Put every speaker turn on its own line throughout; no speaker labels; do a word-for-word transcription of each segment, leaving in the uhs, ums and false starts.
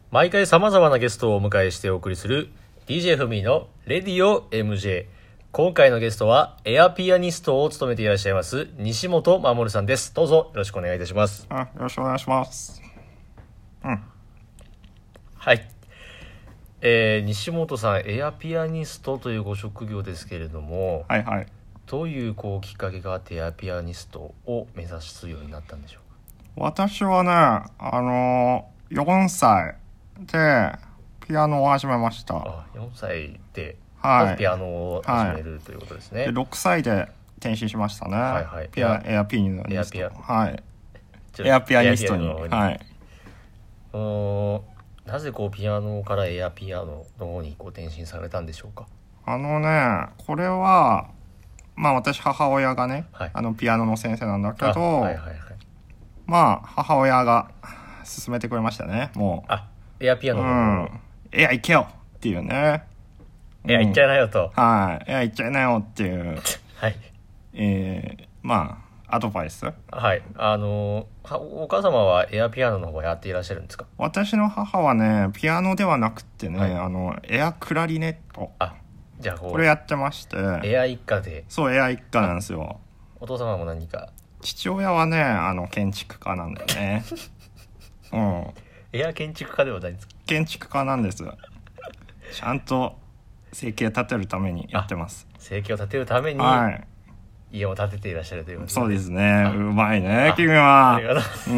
毎回様々なゲストをお迎えしてお送りする ディージェー ふみのレディオ エムジェー。今回のゲストはエアピアニストを務めていらっしゃいます西本守さんです。どうぞよろしくお願いいたします。
あ、よろしくお願いします。うん。
はい。えー、西本さん、エアピアニストというご職業ですけれども、
はいはい。
どういうこうきっかけがあってエアピアニストを目指すようになったんでしょうか。
私はね、あのー、よんさいでピアノを始めました。
あ、よんさいで、
はい、
まずピアノを始める、はい、ということですね。
でろくさいで転身しましたね。はいはい。ピアエアピアニスト。
エアピア
はい。エアピアニストに。はい。
うーん、なぜこうピアノからエアピアノの方にこう転身されたんでしょうか。
あのね、これはまあ私母親がね、はい、あのピアノの先生なんだけど、はいはいはい、まあ母親が勧めてくれましたね。もう
あ、エアピアノの、うん、
エア行けよっていうね。
エア行っちゃいなよと、
うん、はい、エア行っちゃいなよっていう
はい、
えー、まあアドバイス。
はい、あのー、お母様はエアピアノの方やっていらっしゃるんですか。
私の母はね、ピアノではなくてね、はい、あのエアクラリネット、
あ、じゃあこう
これやってまして、
エア一家で。
そう、エア一家なんですよ。
お父様も何か。
父親はね、あの建築家なんだよね。うん。
エア建築家ではないんですか。
建築家なんです。ちゃんと生計を立てるためにやってます。
生計を立てるために、はい、家を建てていらっしゃるということですね。
そうですね。うまいね、君は。
ありがとうございます。うん。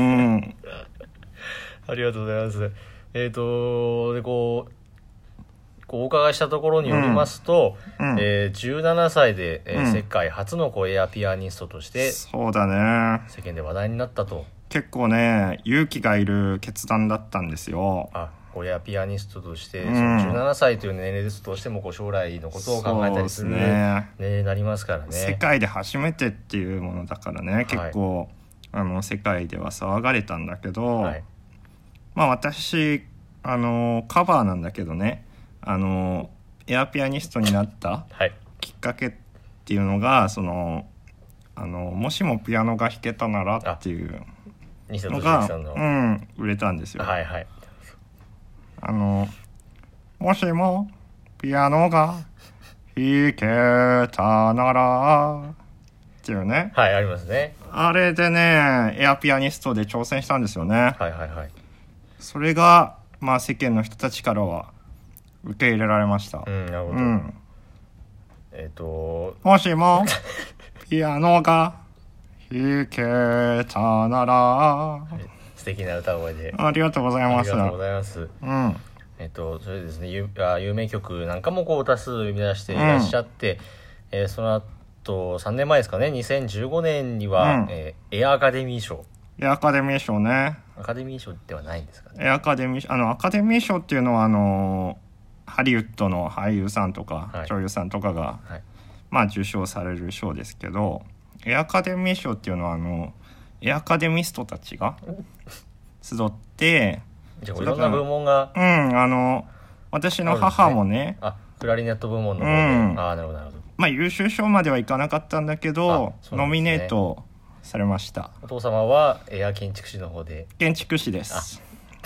ありがとうございます。えっとでこう。こうお伺いしたところによりますと、うんえー、じゅうななさいで、えーうん、世界初のこうエアピアニストとして
そうだね、
世間で話題になったと。
結構ね、勇気がいる決断だったんですよ。
あ、こうエアピアニストとして、うん、そのじゅうななさいという年齢ですとしてもこう将来のことを考えたりする年齢になりますからね。
世界で初めてっていうものだからね、結構、はい、あの世界では騒がれたんだけど、はい、まあ私あのカバーなんだけどね、あのエアピアニストになったきっかけっていうのが、はい、そのあのもしもピアノが弾けたならっていうのがの、うん、売れたんですよ。
はいはい。
あのもしもピアノが弾けたならっていうね。
はい、ありますね。
あれでね、エアピアニストで挑戦したんですよね。
はいはいはい。
それがまあ世間の人たちからは受け入れられました。
うん、なるほど。うん、えっと
もしもピアノが弾けたなら、はい、
素敵な歌声で
ありがとうございます。
ありがとうございます。うん。えっとそれですね、有有名曲なんかもこう多数生み出していらっしゃって、うん、えー、その後さんねんまえですかね、にせんじゅうごねんには、うん、えー、エアアカデミー賞。
エアアカデミー賞ね。
アカデミー賞ではないんですかね。
エアアカデミーあのアカデミー賞っていうのはあのーハリウッドの俳優さんとか、はい、女優さんとかが、はい、まあ受賞される賞ですけど、エアカデミー賞っていうのはあのエアカデミストたちが集って、
じゃあいろんな部門が、
うん、あの私の母もね、
あ、クラリネット部門の方で、うん、あ、なるほどなるほど。
まあ優秀賞まではいかなかったんだけど、ね、ノミネートされました。
お父様はエア建築士の方で。
建築士です。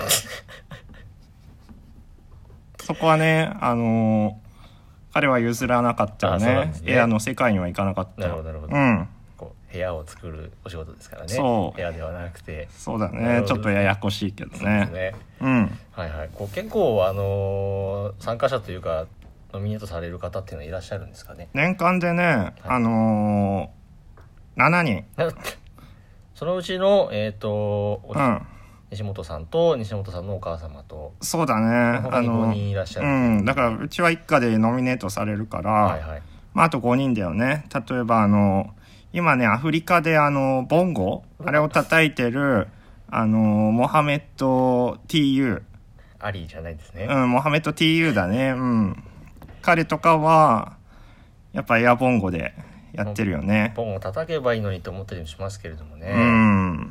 そこはね、あのー、彼は譲らなかったよ ね, ねエアの世界には行かなかった。
なるほどなるほど、
うん、
こう部屋を作るお仕事ですからね。
そう、
部屋ではなくて。
そうだね、ちょっとややこしいけどね。そうですね、うん、
はいはい。こう結構、あのー、参加者というかノミネートされる方っていうのはいらっしゃるんですかね。
年間でね、はい、あのー、しちにん
そのうちのえっ、ー、と、
うん、
西本さんと西本さんのお母様と。
そうだね、
他にごにんいらっしゃる。
うん、だからうちは一家でノミネートされるから、はいはい、まあ、あとごにんだよね。例えばあの今ねアフリカであのボンゴ、あれを叩いてるあのモハメッド ティーユー
アリーじゃないですね。
うん、モハメッド ティーユー だね。うん、彼とかはやっぱエアボンゴでやってるよね。
ボンを叩けばいいのにと思ったりもしますけれどもね。
うん、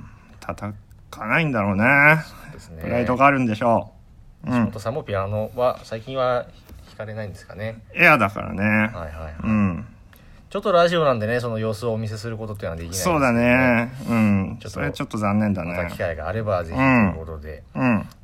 叩かないんだろうね。そうですね、プライドがあるんでしょ
う。西本さんもピアノは最近は弾かれないんですかね。
エアだからね。はいはい
はい。うん。ちょっとラジオなんでね、その様子をお見せすることっていうのはできないですけど、ね、
そうだね。うん。ちょっとそれちょっと残念だね。
また機会があればぜひということで、
うん、エ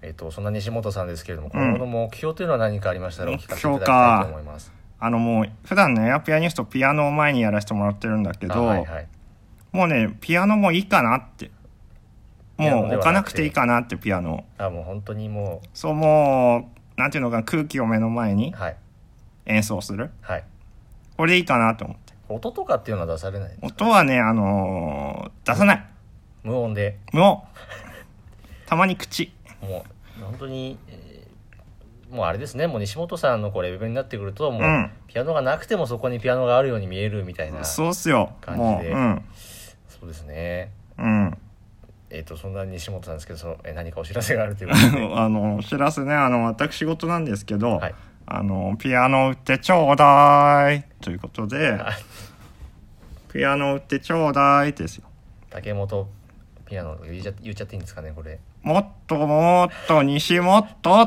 えっと、そんな西本さんですけれども、今後の目標というのは何かありましたらお聞かせいただきたいと思います。
あのもう普段ねエアピアニストピアノを前にやらせてもらってるんだけど、はいはい、もうねピアノもいいかなって、もう置かなくていいかなってピアノ。
あ、もう本当にもう
そう、もうなんていうのか空気を目の前に演奏する、はい、これでいいかなと思って。
音とかっていうのは出されないんですか？
音はね、あのー、出さない。
無音で。
無音。たまに口。
もう本当に、えー、もうあれですね。もう西本さんのこれレベルになってくると、もう、うん、ピアノがなくてもそこにピアノがあるように見えるみたいな感じで。
そうっすよ。もう、うん、
そうですね。
うん。
えっ、ー、とそんな西本さんですけど、そのえ何かお知らせがあるということで。
あのお知らせね、あの私事なんですけど、はい、あのピアノ売ってちょうだいということで、はい、ピアノ売ってちょうだいですよ。
竹本ピアノ言っちゃ、言っちゃっていいんですかねこれ。
もっともっと西本。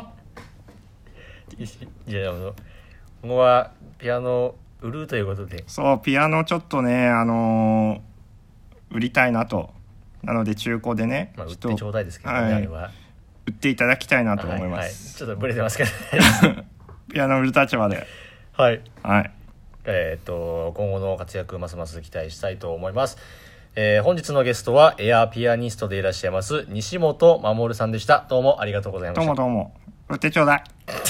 いや、ここはピアノ売るということで。
そう、ピアノちょっとね、あのー、売りたいなと。なので中古でね、
まあ、売ってちょうだいですけどね、はい、あれは
売っていただきたいなと思います、はいはい、
ちょっとブレてますけど
ピアノ売る立場で、
はい、
はい、
えー、っと今後の活躍ますます期待したいと思います。えー、本日のゲストはエアピアニストでいらっしゃいます西本守さんでした。どうもありがとうございました。
どうもどうも、売ってちょうだい。